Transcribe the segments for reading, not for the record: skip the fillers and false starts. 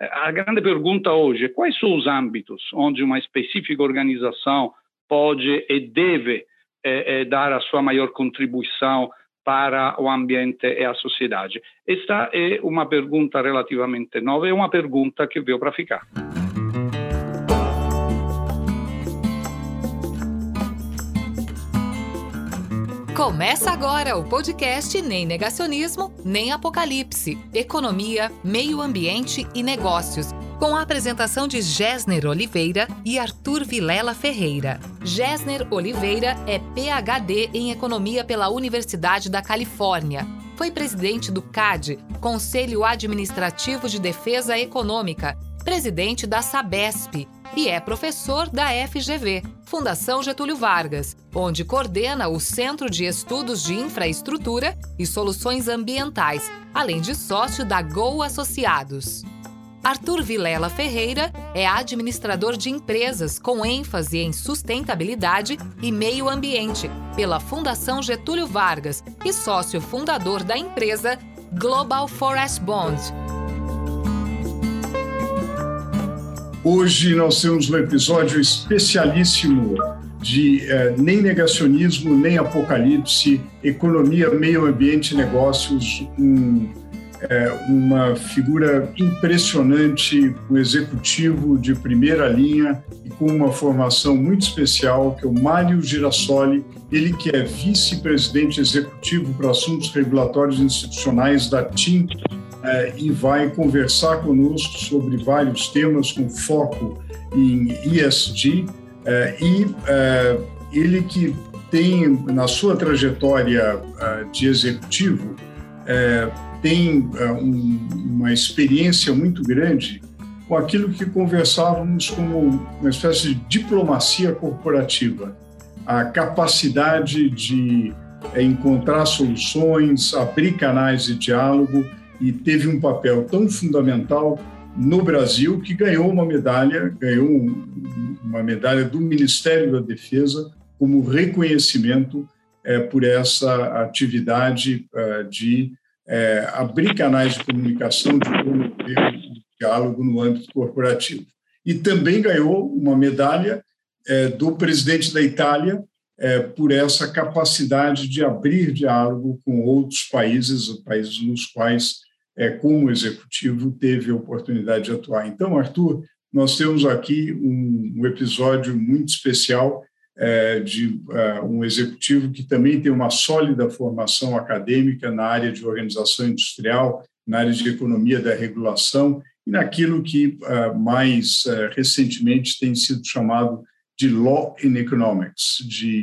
A grande pergunta hoje é quais são os âmbitos onde uma específica organização pode e deve dar a sua maior contribuição para o ambiente e a sociedade. Esta é uma pergunta relativamente nova, é uma pergunta que veio para ficar. Começa agora o podcast Nem Negacionismo, Nem Apocalipse, Economia, Meio Ambiente e Negócios, com a apresentação de Gessner Oliveira e Arthur Vilela Ferreira. Gessner Oliveira é PhD em Economia pela Universidade da Califórnia. Foi presidente do CAD, Conselho Administrativo de Defesa Econômica, presidente da Sabesp e é professor da FGV, Fundação Getúlio Vargas, onde coordena o Centro de Estudos de Infraestrutura e Soluções Ambientais, além de sócio da Go Associados. Arthur Vilela Ferreira é administrador de empresas com ênfase em sustentabilidade e meio ambiente pela Fundação Getúlio Vargas e sócio fundador da empresa Global Forest Bond. Hoje nós temos um episódio especialíssimo de Nem Negacionismo, Nem Apocalipse, Economia, Meio Ambiente e Negócios, uma figura impressionante, um executivo de primeira linha e com uma formação muito especial, que é o Mário Girasoli, ele que é vice-presidente executivo para assuntos regulatórios institucionais da TIM, e vai conversar conosco sobre vários temas com foco em ESG, ele que tem, na sua trajetória de executivo, tem uma experiência muito grande com aquilo que conversávamos como uma espécie de diplomacia corporativa, a capacidade de encontrar soluções, abrir canais de diálogo, e teve um papel tão fundamental no Brasil que ganhou uma medalha do Ministério da Defesa como reconhecimento por essa atividade de abrir canais de comunicação, de promover o diálogo no âmbito corporativo. E também ganhou uma medalha do presidente da Itália por essa capacidade de abrir diálogo com outros países nos quais, como executivo, teve a oportunidade de atuar. Então, Arthur, nós temos aqui um episódio muito especial de um executivo que também tem uma sólida formação acadêmica na área de organização industrial, na área de economia da regulação e naquilo que mais recentemente tem sido chamado de Law in Economics,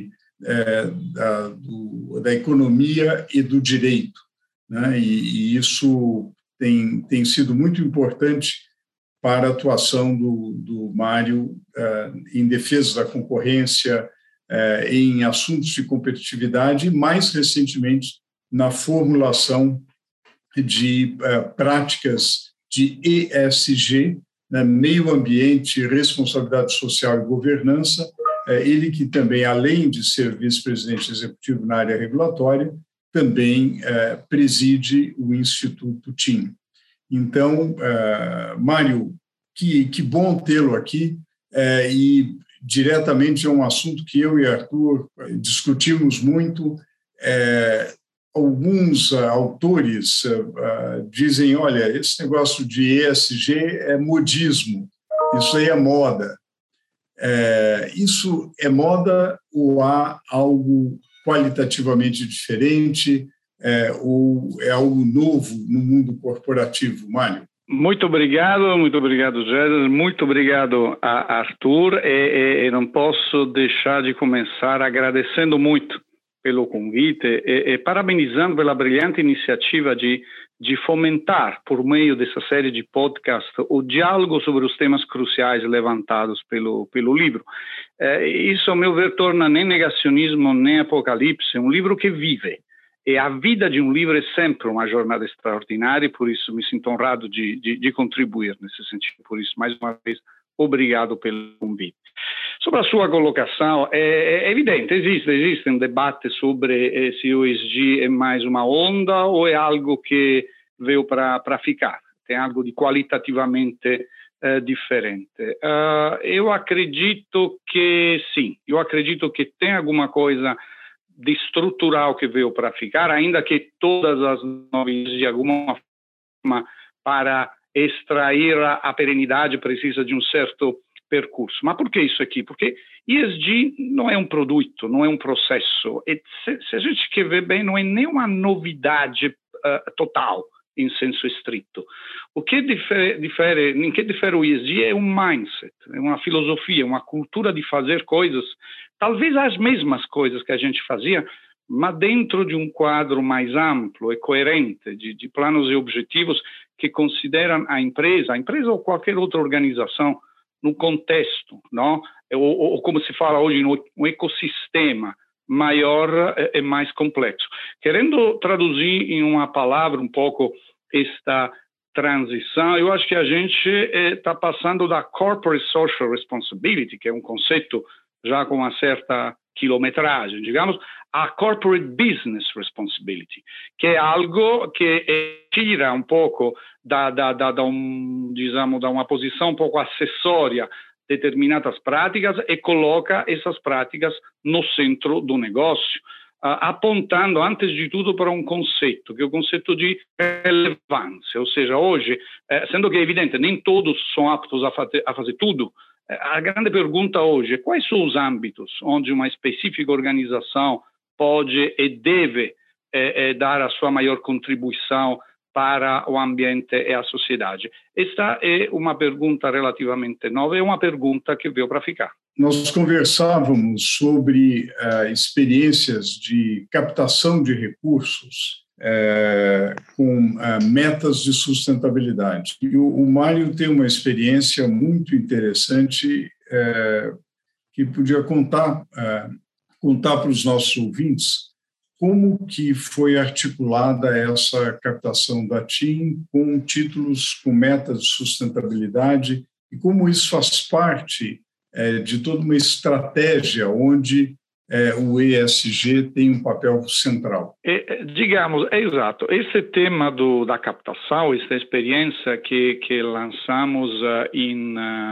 da economia e do direito, né? E isso tem sido muito importante para a atuação do Mário em defesa da concorrência, em assuntos de competitividade e, mais recentemente, na formulação de práticas de ESG, né, meio ambiente, responsabilidade social e governança, ele que também, além de ser vice-presidente executivo na área regulatória, também preside o Instituto TIM. Então, Mário, que bom tê-lo aqui, e diretamente é um assunto que eu e Arthur discutimos muito. Alguns autores dizem, olha, esse negócio de ESG é modismo, isso aí é moda. Isso é moda ou há algo qualitativamente diferente, ou é algo novo no mundo corporativo, Mário? Muito obrigado, Gessner, muito obrigado a Arthur, e não posso deixar de começar agradecendo muito pelo convite e parabenizando pela brilhante iniciativa de fomentar, por meio dessa série de podcasts, o diálogo sobre os temas cruciais levantados pelo livro. Isso, ao meu ver, torna Nem Negacionismo, Nem Apocalipse um livro que vive. E a vida de um livro é sempre uma jornada extraordinária, e por isso me sinto honrado de contribuir nesse sentido. Por isso, mais uma vez, obrigado pelo convite. Sobre a sua colocação, é evidente, existe um debate sobre se o ESG é mais uma onda ou é algo que veio para ficar. tem algo de qualitativamente differente. Eu acredito che sim, eu acredito que tem alguma coisa de estrutural que veio para ficar, ainda que todas as novidades de alguma forma para extrair a perenidade precisa de um certo percurso. Mas por que isso aqui? Porque ESG não é um produto, não é um processo. E se a gente quer ver bem, não é nenhuma novidade total, em senso estrito. O que em que difere o ESG é um mindset, é uma filosofia, uma cultura de fazer coisas, talvez as mesmas coisas que a gente fazia, mas dentro de um quadro mais amplo e coerente de planos e objetivos que consideram a empresa ou qualquer outra organização no contexto, não? Ou como se fala hoje, um ecossistema maior e mais complexo. Querendo traduzir em uma palavra um pouco esta transição, eu acho que a gente está passando da Corporate Social Responsibility, que é um conceito já com uma certa quilometragem, digamos, a Corporate Business Responsibility, que é algo que tira um pouco da uma posição um pouco acessória determinadas práticas e coloca essas práticas no centro do negócio, apontando, antes de tudo, para um conceito, que é o conceito de relevância. Ou seja, hoje, sendo que é evidente, nem todos são aptos a fazer tudo, a grande pergunta hoje é quais são os âmbitos onde uma específica organização pode e deve dar a sua maior contribuição para o ambiente e a sociedade. Esta é uma pergunta relativamente nova, é uma pergunta que veio para ficar. Nós conversávamos sobre experiências de captação de recursos com metas de sustentabilidade. E o Mário tem uma experiência muito interessante que podia contar para os nossos ouvintes como que foi articulada essa captação da TIM com títulos, com metas de sustentabilidade e como isso faz parte de toda uma estratégia onde o ESG tem um papel central. Digamos, é exato. Esse tema da captação, essa experiência que lançamos em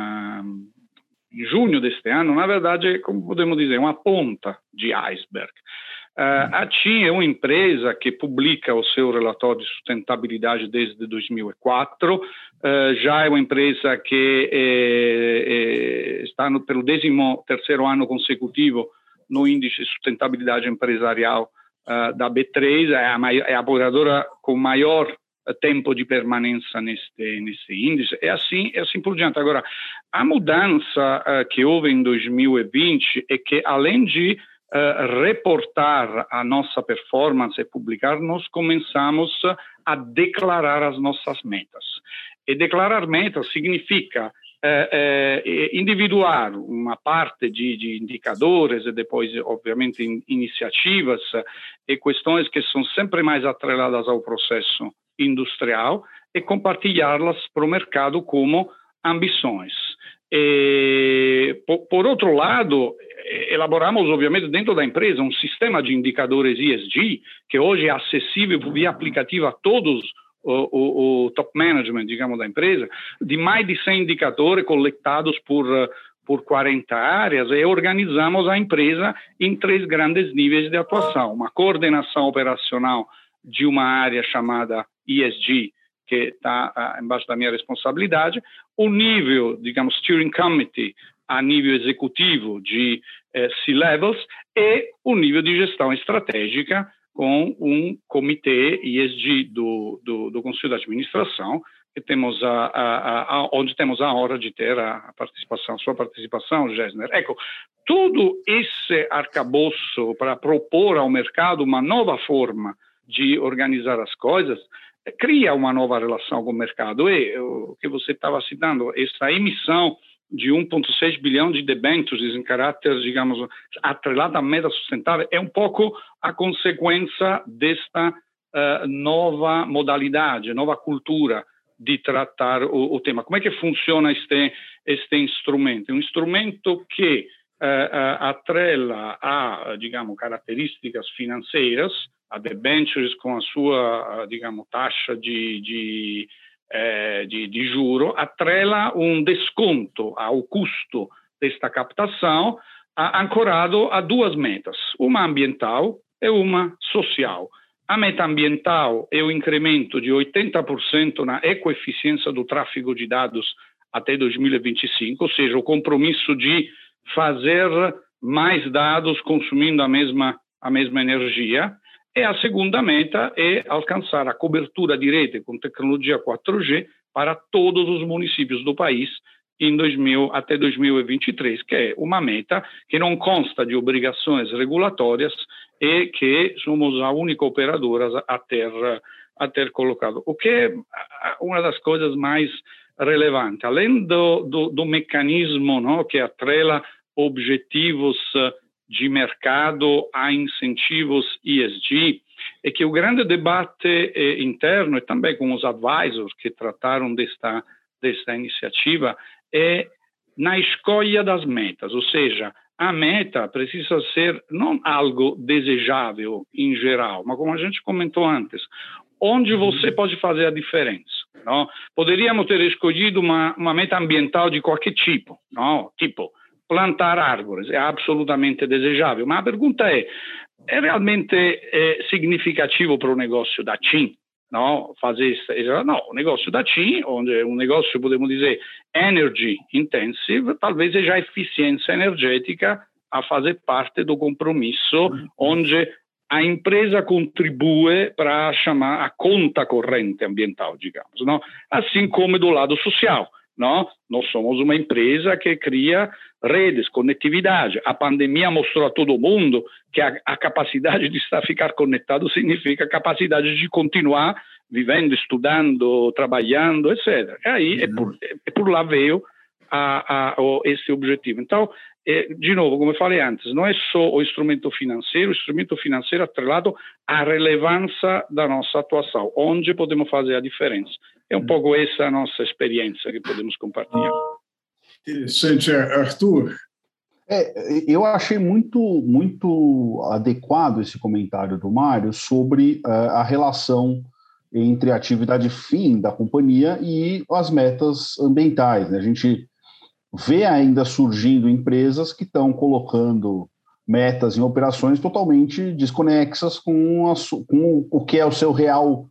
junho deste ano, na verdade, como podemos dizer, uma ponta de iceberg. A TIM é uma empresa que publica o seu relatório de sustentabilidade desde 2004, já é uma empresa que está pelo 13º ano consecutivo no índice de sustentabilidade empresarial da B3, é a apoiadora com maior tempo de permanência nesse índice, é assim por diante. Agora, a mudança que houve em 2020 é que, além de reportar a nossa performance e publicar, nós começamos a declarar as nossas metas. E declarar metas significa individuar uma parte de indicadores e depois, obviamente, iniciativas e questões que são sempre mais atreladas ao processo industrial e compartilhá-las para o mercado como ambições. Por outro lado, elaboramos, obviamente, dentro da empresa um sistema de indicadores ESG que hoje é acessível via aplicativo a todos o top management, digamos, da empresa, de mais de 100 indicadores coletados por 40 áreas, e organizamos a empresa em 3 grandes níveis de atuação. Uma coordenação operacional de uma área chamada ESG, que está embaixo da minha responsabilidade, o nível, digamos, steering committee, a nível executivo de C-levels, e o nível de gestão estratégica, com um comitê ESG do Conselho de Administração, que temos onde temos a honra de ter sua participação, Gessner. Todo esse arcabouço para propor ao mercado uma nova forma de organizar as coisas, cria uma nova relação com o mercado. E o que você estava citando, essa emissão de 1,6 bilhão de debêntures em caráter, digamos, atrelado à meta sustentável, é um pouco a consequência desta nova modalidade, nova cultura de tratar o tema. Como é que funciona este instrumento? É um instrumento que atrela a, digamos, características financeiras, a debêntures com a sua, digamos, taxa de de juro, atrela um desconto ao custo desta captação, ancorado a duas metas, uma ambiental e uma social. A meta ambiental é o incremento de 80% na ecoeficiência do tráfego de dados até 2025, ou seja, o compromisso de fazer mais dados consumindo a mesma energia. E a segunda meta é alcançar a cobertura de rede com tecnologia 4G para todos os municípios do país até 2023, que é uma meta que não consta de obrigações regulatórias e que somos a única operadora a ter colocado. O que é uma das coisas mais relevantes, além do mecanismo, não, que atrela objetivos de mercado a incentivos ESG, é que o grande debate interno, e também com os advisors que trataram desta iniciativa, é na escolha das metas, ou seja, a meta precisa ser não algo desejável em geral, mas como a gente comentou antes, onde você pode fazer a diferença. Não? Poderíamos ter escolhido uma meta ambiental de qualquer tipo, não? Tipo, plantar árvores, é absolutamente desejável, mas a pergunta é realmente significativo para o negócio da TIM? Não, o negócio da TIM, onde é um negócio, podemos dizer, energy intensive, talvez seja a eficiência energética a fazer parte do compromisso, onde a empresa contribui para chamar a conta corrente ambiental, digamos, não? Assim como do lado social. Não? Nós somos uma empresa que cria redes, conectividade. A pandemia mostrou a todo mundo que a capacidade de ficar conectado significa a capacidade de continuar vivendo, estudando, trabalhando, etc. E aí, por lá veio esse objetivo. Então, de novo, como eu falei antes, não é só o instrumento financeiro atrelado à relevância da nossa atuação, onde podemos fazer a diferença. É um pouco essa a nossa experiência que podemos compartilhar. Interessante, Arthur. Eu achei muito adequado esse comentário do Mário sobre a relação entre a atividade fim da companhia e as metas ambientais, né? A gente vê ainda surgindo empresas que estão colocando metas em operações totalmente desconexas com o que é o seu real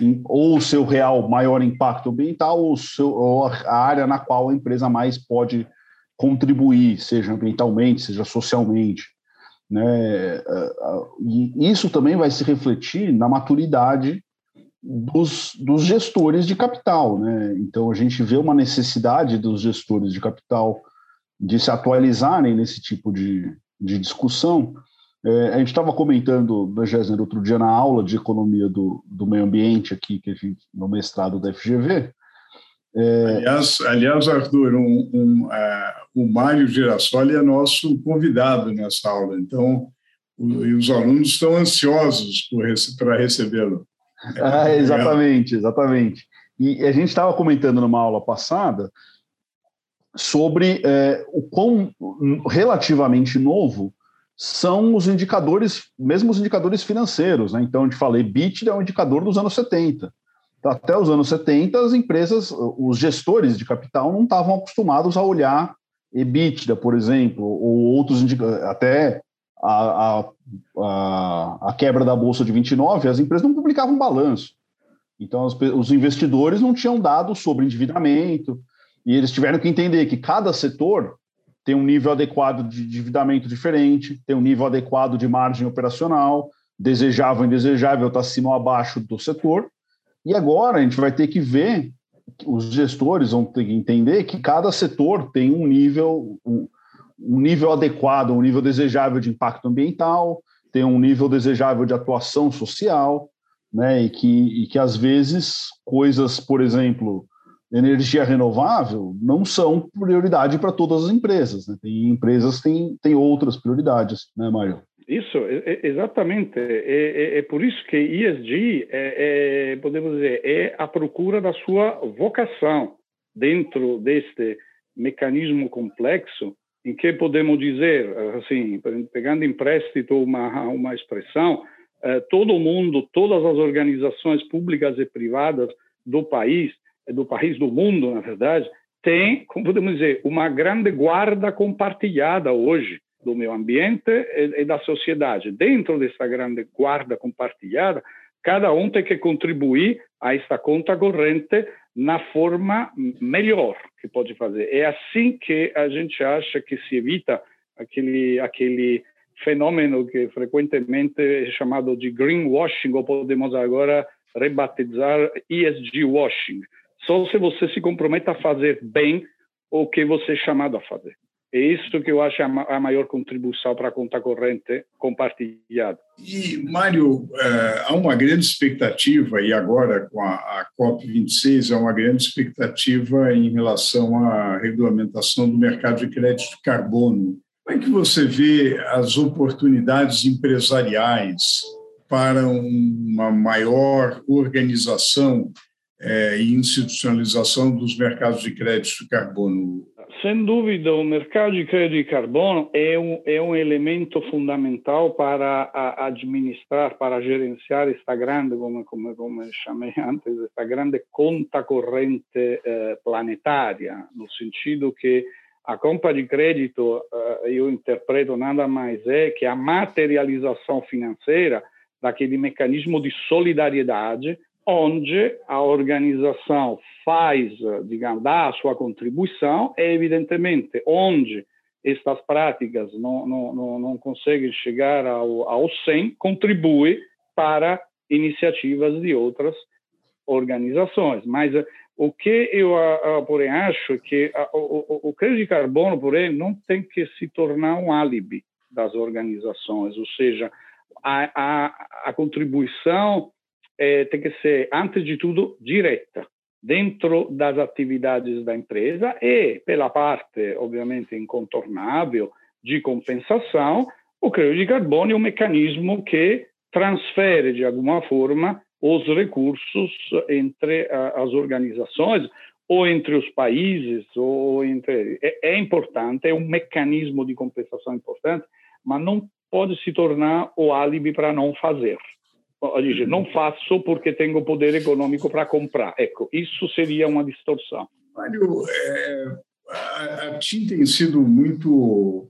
maior impacto ambiental ou a área na qual a empresa mais pode contribuir, seja ambientalmente, seja socialmente, né? E isso também vai se refletir na maturidade dos gestores de capital, né? Então a gente vê uma necessidade dos gestores de capital de se atualizarem nesse tipo de discussão. A gente estava comentando, Gessner, outro dia na aula de economia do meio ambiente aqui, no mestrado da FGV. Aliás, Arthur, o Mário Girassoli é nosso convidado nessa aula, então os alunos estão ansiosos para recebê-lo. Exatamente. E a gente estava comentando numa aula passada sobre o quão relativamente novo são os indicadores, mesmo os indicadores financeiros, né? Então, eu te falei, EBITDA é um indicador dos anos 70. Então, até os anos 70, as empresas, os gestores de capital não estavam acostumados a olhar EBITDA, por exemplo, ou outros indicadores, até a quebra da Bolsa de 29, as empresas não publicavam balanço. Então, os investidores não tinham dados sobre endividamento, e eles tiveram que entender que cada setor tem um nível adequado de endividamento diferente, tem um nível adequado de margem operacional, desejável e indesejável, está acima ou abaixo do setor. E agora a gente vai ter que ver, os gestores vão ter que entender que cada setor tem um nível adequado, um nível desejável de impacto ambiental, tem um nível desejável de atuação social, né? E que às vezes coisas, por exemplo, energia renovável não são prioridade para todas as empresas, né? Tem empresas que têm outras prioridades, né, Mário? Isso, exatamente. É por isso que ESG, podemos dizer, é a procura da sua vocação dentro deste mecanismo complexo, em que podemos dizer, assim, pegando empréstimo uma expressão, todo mundo, todas as organizações públicas e privadas do país do país, do mundo, na verdade, tem, como podemos dizer, uma grande guarda compartilhada hoje do meio ambiente e da sociedade. Dentro dessa grande guarda compartilhada, cada um tem que contribuir a esta conta corrente na forma melhor que pode fazer. É assim que a gente acha que se evita aquele fenômeno que frequentemente é chamado de greenwashing, ou podemos agora rebatizar ESG washing. Só se você se compromete a fazer bem o que você é chamado a fazer. É isso que eu acho a maior contribuição para a conta corrente compartilhada. E, Mário, há uma grande expectativa, e agora com a COP26, há uma grande expectativa em relação à regulamentação do mercado de crédito de carbono. Como é que você vê as oportunidades empresariais para uma maior organização e institucionalização dos mercados de crédito de carbono? Sem dúvida, o mercado de crédito de carbono é um elemento fundamental para administrar, para gerenciar esta grande, como eu chamei antes, esta grande conta corrente planetária, no sentido que a compra de crédito, eu interpreto nada mais que a materialização financeira daquele mecanismo de solidariedade, onde a organização faz, digamos, dá a sua contribuição, e evidentemente onde estas práticas não conseguem chegar ao 100, contribui para iniciativas de outras organizações. Mas o que eu, porém, acho é que o crédito de carbono, porém, não tem que se tornar um álibi das organizações, ou seja, a contribuição tem que ser, antes de tudo, direta, dentro das atividades da empresa e, pela parte, obviamente, incontornável de compensação, o crédito de carbono é um mecanismo que transfere, de alguma forma, os recursos entre as organizações ou entre os países, ou entre... É importante, é um mecanismo de compensação importante, mas não pode se tornar o álibi para não fazer. Dizer, não faço porque tenho poder econômico para comprar. Isso seria uma distorção. Mário, a TIM tem sido muito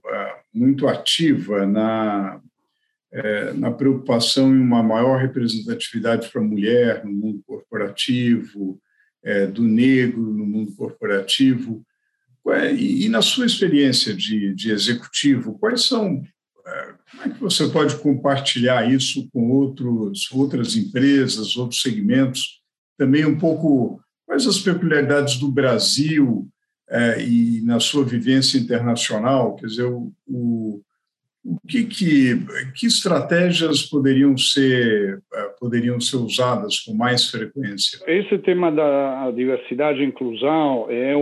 ativa na preocupação em uma maior representatividade para a mulher no mundo corporativo, do negro no mundo corporativo. E na sua experiência de executivo, como é que você pode compartilhar isso com outras empresas, outros segmentos? Também um pouco, quais as peculiaridades do Brasil e na sua vivência internacional? Quer dizer, que estratégias poderiam ser usadas com mais frequência? Esse tema da diversidade e inclusão é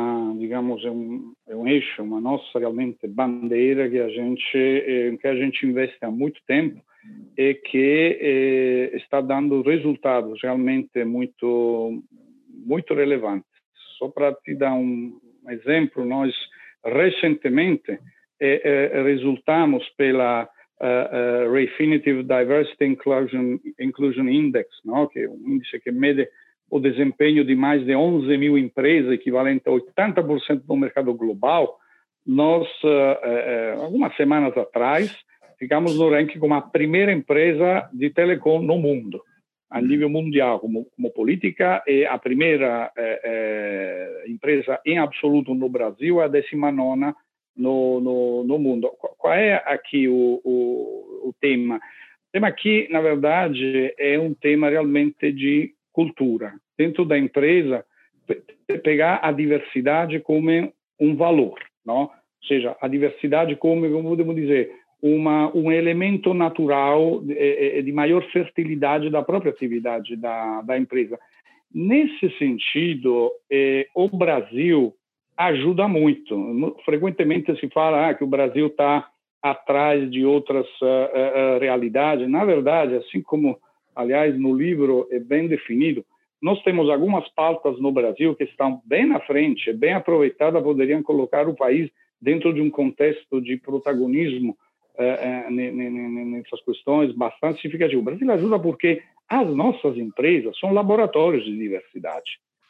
um eixo, uma nossa realmente bandeira que a gente investe há muito tempo e que está dando resultados realmente muito, muito relevantes. Só para te dar um exemplo, nós recentemente resultamos pela Refinitiv Diversity Inclusion Index, não? Que é um índice que mede o desempenho de mais de 11 mil empresas, equivalente a 80% do mercado global. Nós, algumas semanas atrás, ficamos no ranking como a primeira empresa de telecom no mundo, a nível mundial, como política, e a primeira empresa em absoluto no Brasil, a 19ª no mundo. Qual é aqui o tema? O tema aqui, na verdade, é um tema realmente de cultura. Dentro da empresa, pegar a diversidade como um valor, não? Ou seja, a diversidade como podemos dizer, um elemento natural de maior fertilidade da própria atividade da empresa. Nesse sentido, o Brasil ajuda muito. Frequentemente se fala que o Brasil está atrás de outras realidades. Na verdade, assim como, aliás, no livro é bem definido, nós temos algumas pautas no Brasil que estão bem na frente, bem aproveitadas, poderiam colocar o país dentro de um contexto de protagonismo nessas questões bastante significativo. O Brasil ajuda porque as nossas empresas são laboratórios de diversidade.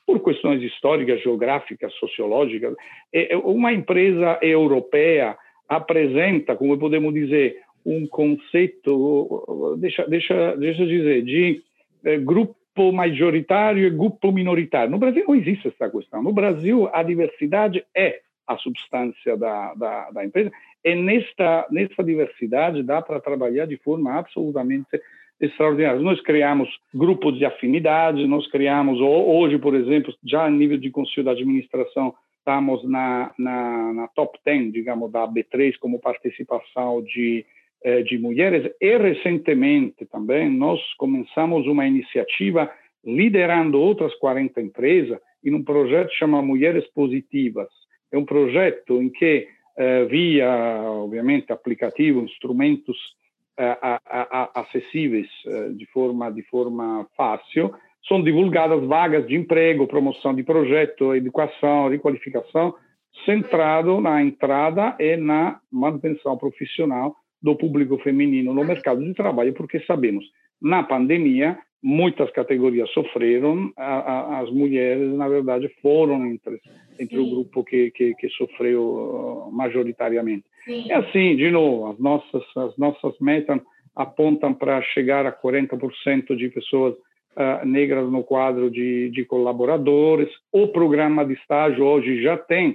por questões históricas, geográficas, sociológicas. Uma empresa europeia apresenta, como podemos dizer, um conceito, deixa dizer, de grupo majoritário e grupo minoritário. No Brasil não existe essa questão. No Brasil, a diversidade é a substância da empresa, e nesta diversidade dá para trabalhar de forma absolutamente extraordinária. Nós criamos grupos de afinidade, nós criamos, hoje, por exemplo, já a nível de conselho de administração, estamos na top 10, digamos, da B3, como participação de mulheres, e recentemente também nós começamos uma iniciativa liderando outras 40 empresas em um projeto que chama Mulheres Positivas. É um projeto em que, via, obviamente, aplicativo, instrumentos acessíveis de forma fácil, são divulgadas vagas de emprego, promoção de projeto, educação, requalificação, centrado na entrada e na manutenção profissional do público feminino no mercado de trabalho, porque sabemos, na pandemia, muitas categorias sofreram, as mulheres, na verdade, foram entre o grupo que sofreu majoritariamente. E assim, de novo, as nossas metas apontam para chegar a 40% de pessoas negras no quadro de colaboradores. O programa de estágio hoje já tem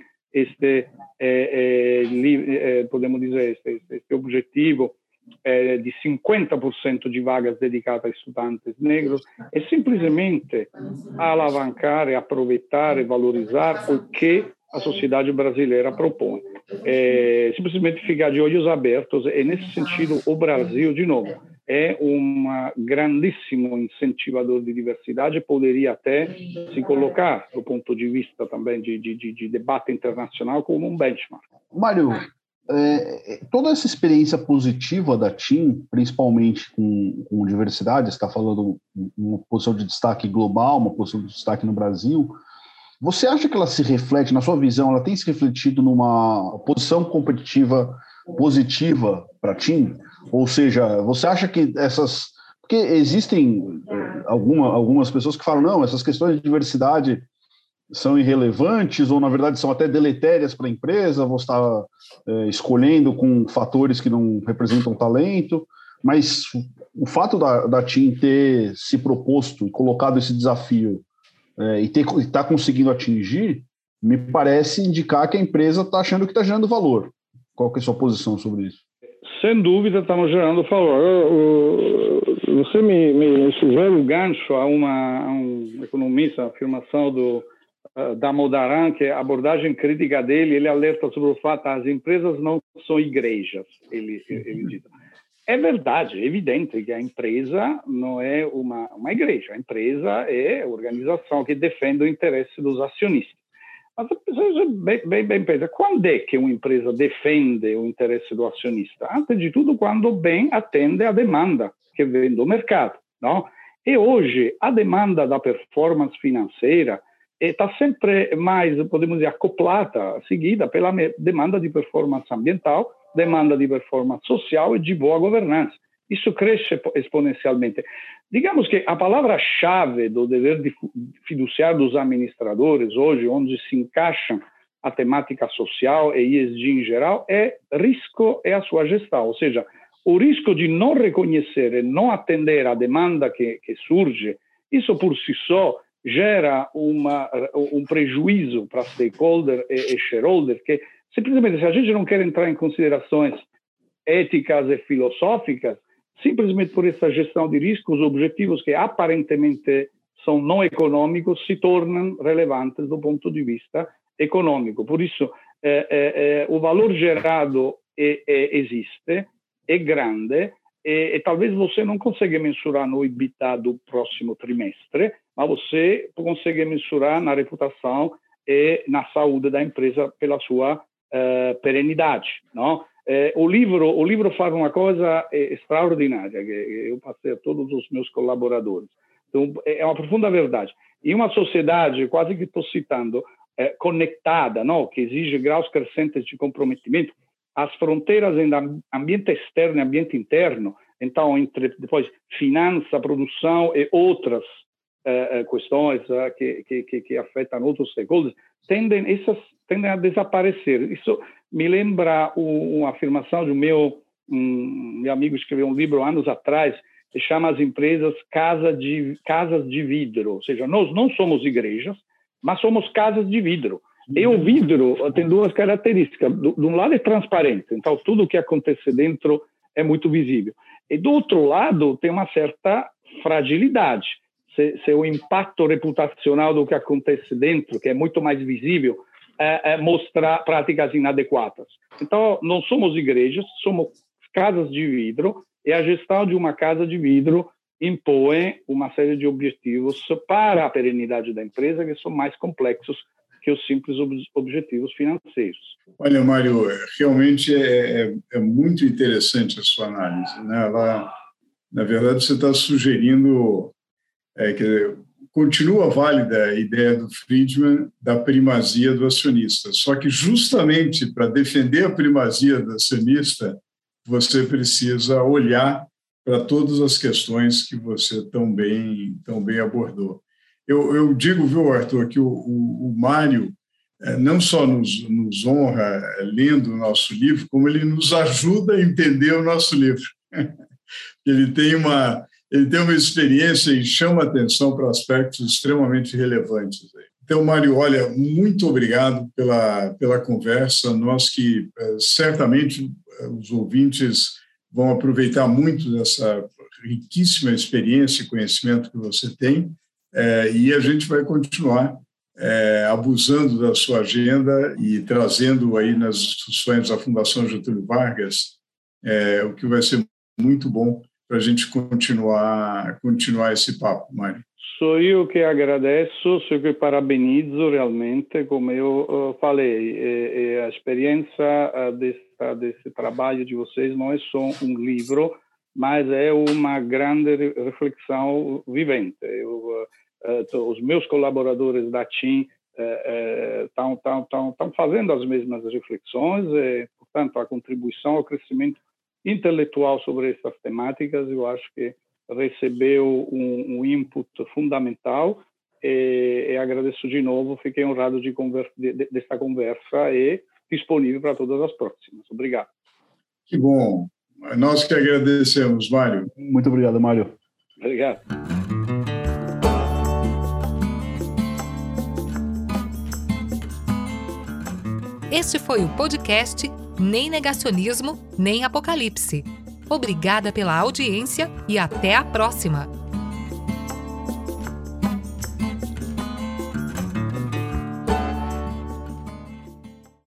podemos dizer, este objetivo de 50% de vagas dedicadas a estudantes negros, é simplesmente alavancar e aproveitar e valorizar o que a sociedade brasileira propõe. Simplesmente ficar de olhos abertos, e nesse sentido o Brasil, de novo, é um grandíssimo incentivador de diversidade, poderia até se colocar, do ponto de vista também de debate internacional, como um benchmark. Mário, toda essa experiência positiva da TIM, principalmente com diversidade, você está falando uma posição de destaque global, uma posição de destaque no Brasil, você acha que ela se reflete, na sua visão, ela tem se refletido numa posição competitiva positiva para a TIM? Ou seja, você acha que essas... Porque existem algumas pessoas que falam, não, essas questões de diversidade são irrelevantes ou, na verdade, são até deletérias para a empresa, você está escolhendo com fatores que não representam talento, mas o fato da TIM ter se proposto e colocado esse desafio e estar conseguindo atingir, me parece indicar que a empresa está achando que está gerando valor. Qual que é a sua posição sobre isso? Sem dúvida, estamos gerando valor. Você me sugere o gancho a um economista, a afirmação da Modaran, que a abordagem crítica dele, ele alerta sobre o fato que as empresas não são igrejas, ele diz. É verdade, é evidente que a empresa não é uma igreja, a empresa é a organização que defende o interesse dos acionistas. Mas a pessoa bem pensa, quando é que uma empresa defende o interesse do acionista? Antes de tudo, quando bem atende a demanda que vem do mercado, não? E hoje, a demanda da performance financeira está sempre mais, podemos dizer, acoplada, seguida pela demanda de performance ambiental, demanda de performance social e de boa governança. Isso cresce exponencialmente. Digamos que a palavra-chave do dever fiduciário dos administradores hoje, onde se encaixam a temática social e ESG em geral, é risco e a sua gestão. Ou seja, o risco de não reconhecer e não atender à demanda que surge, isso por si só gera um prejuízo para stakeholder e shareholder, que simplesmente, se a gente não quer entrar em considerações éticas e filosóficas, simplesmente por essa gestão de riscos, os objetivos que aparentemente são não econômicos se tornam relevantes do ponto de vista econômico. Por isso, o valor gerado existe, é grande, e talvez você não consiga mensurar no EBITDA do próximo trimestre, mas você consegue mensurar na reputação e na saúde da empresa pela sua perenidade, não? O livro faz uma coisa extraordinária, que eu passei a todos os meus colaboradores. Então, é uma profunda verdade. E uma sociedade, quase que estou citando, conectada, não? Que exige graus crescentes de comprometimento, as fronteiras entre ambiente externo e ambiente interno, então, entre depois finança, produção e outras questões que afetam outros stakeholders, tendem a desaparecer. Isso me lembra uma afirmação de meu amigo escreveu um livro anos atrás, que chama as empresas casas de vidro. Ou seja, nós não somos igrejas, mas somos casas de vidro. E o vidro tem duas características. De um lado é transparente, então tudo o que acontece dentro é muito visível. E do outro lado tem uma certa fragilidade. Se o impacto reputacional do que acontece dentro, que é muito mais visível, mostrar práticas inadequadas. Então, não somos igrejas, somos casas de vidro, e a gestão de uma casa de vidro impõe uma série de objetivos para a perenidade da empresa que são mais complexos que os simples objetivos financeiros. Olha, Mário, realmente é muito interessante a sua análise, né? Na verdade, você está sugerindo que continua válida a ideia do Friedman da primazia do acionista, só que justamente para defender a primazia do acionista, você precisa olhar para todas as questões que você tão bem abordou. Eu digo, viu, Arthur, que o Mário não só nos honra lendo o nosso livro, como ele nos ajuda a entender o nosso livro. Ele tem uma experiência e chama atenção para aspectos extremamente relevantes. Então, Mário, olha, muito obrigado pela conversa. Nós que certamente os ouvintes vão aproveitar muito dessa riquíssima experiência e conhecimento que você tem, e a gente vai continuar abusando da sua agenda e trazendo aí nas discussões da Fundação Getúlio Vargas, o que vai ser muito bom para a gente continuar esse papo, Mário. Sou eu que agradeço, sou eu que parabenizo realmente, como eu falei, a experiência desse trabalho de vocês não é só um livro, mas é uma grande reflexão vivente. Os meus colaboradores da TIM estão fazendo as mesmas reflexões, portanto, a contribuição ao crescimento intelectual sobre essas temáticas, eu acho que recebeu um input fundamental e agradeço de novo, fiquei honrado desta conversa e disponível para todas as próximas. Obrigado. Que bom. Nós que agradecemos, Mário. Muito obrigado, Mário. Obrigado. Este foi o podcast Nem Negacionismo, Nem Apocalipse. Obrigada pela audiência e até a próxima!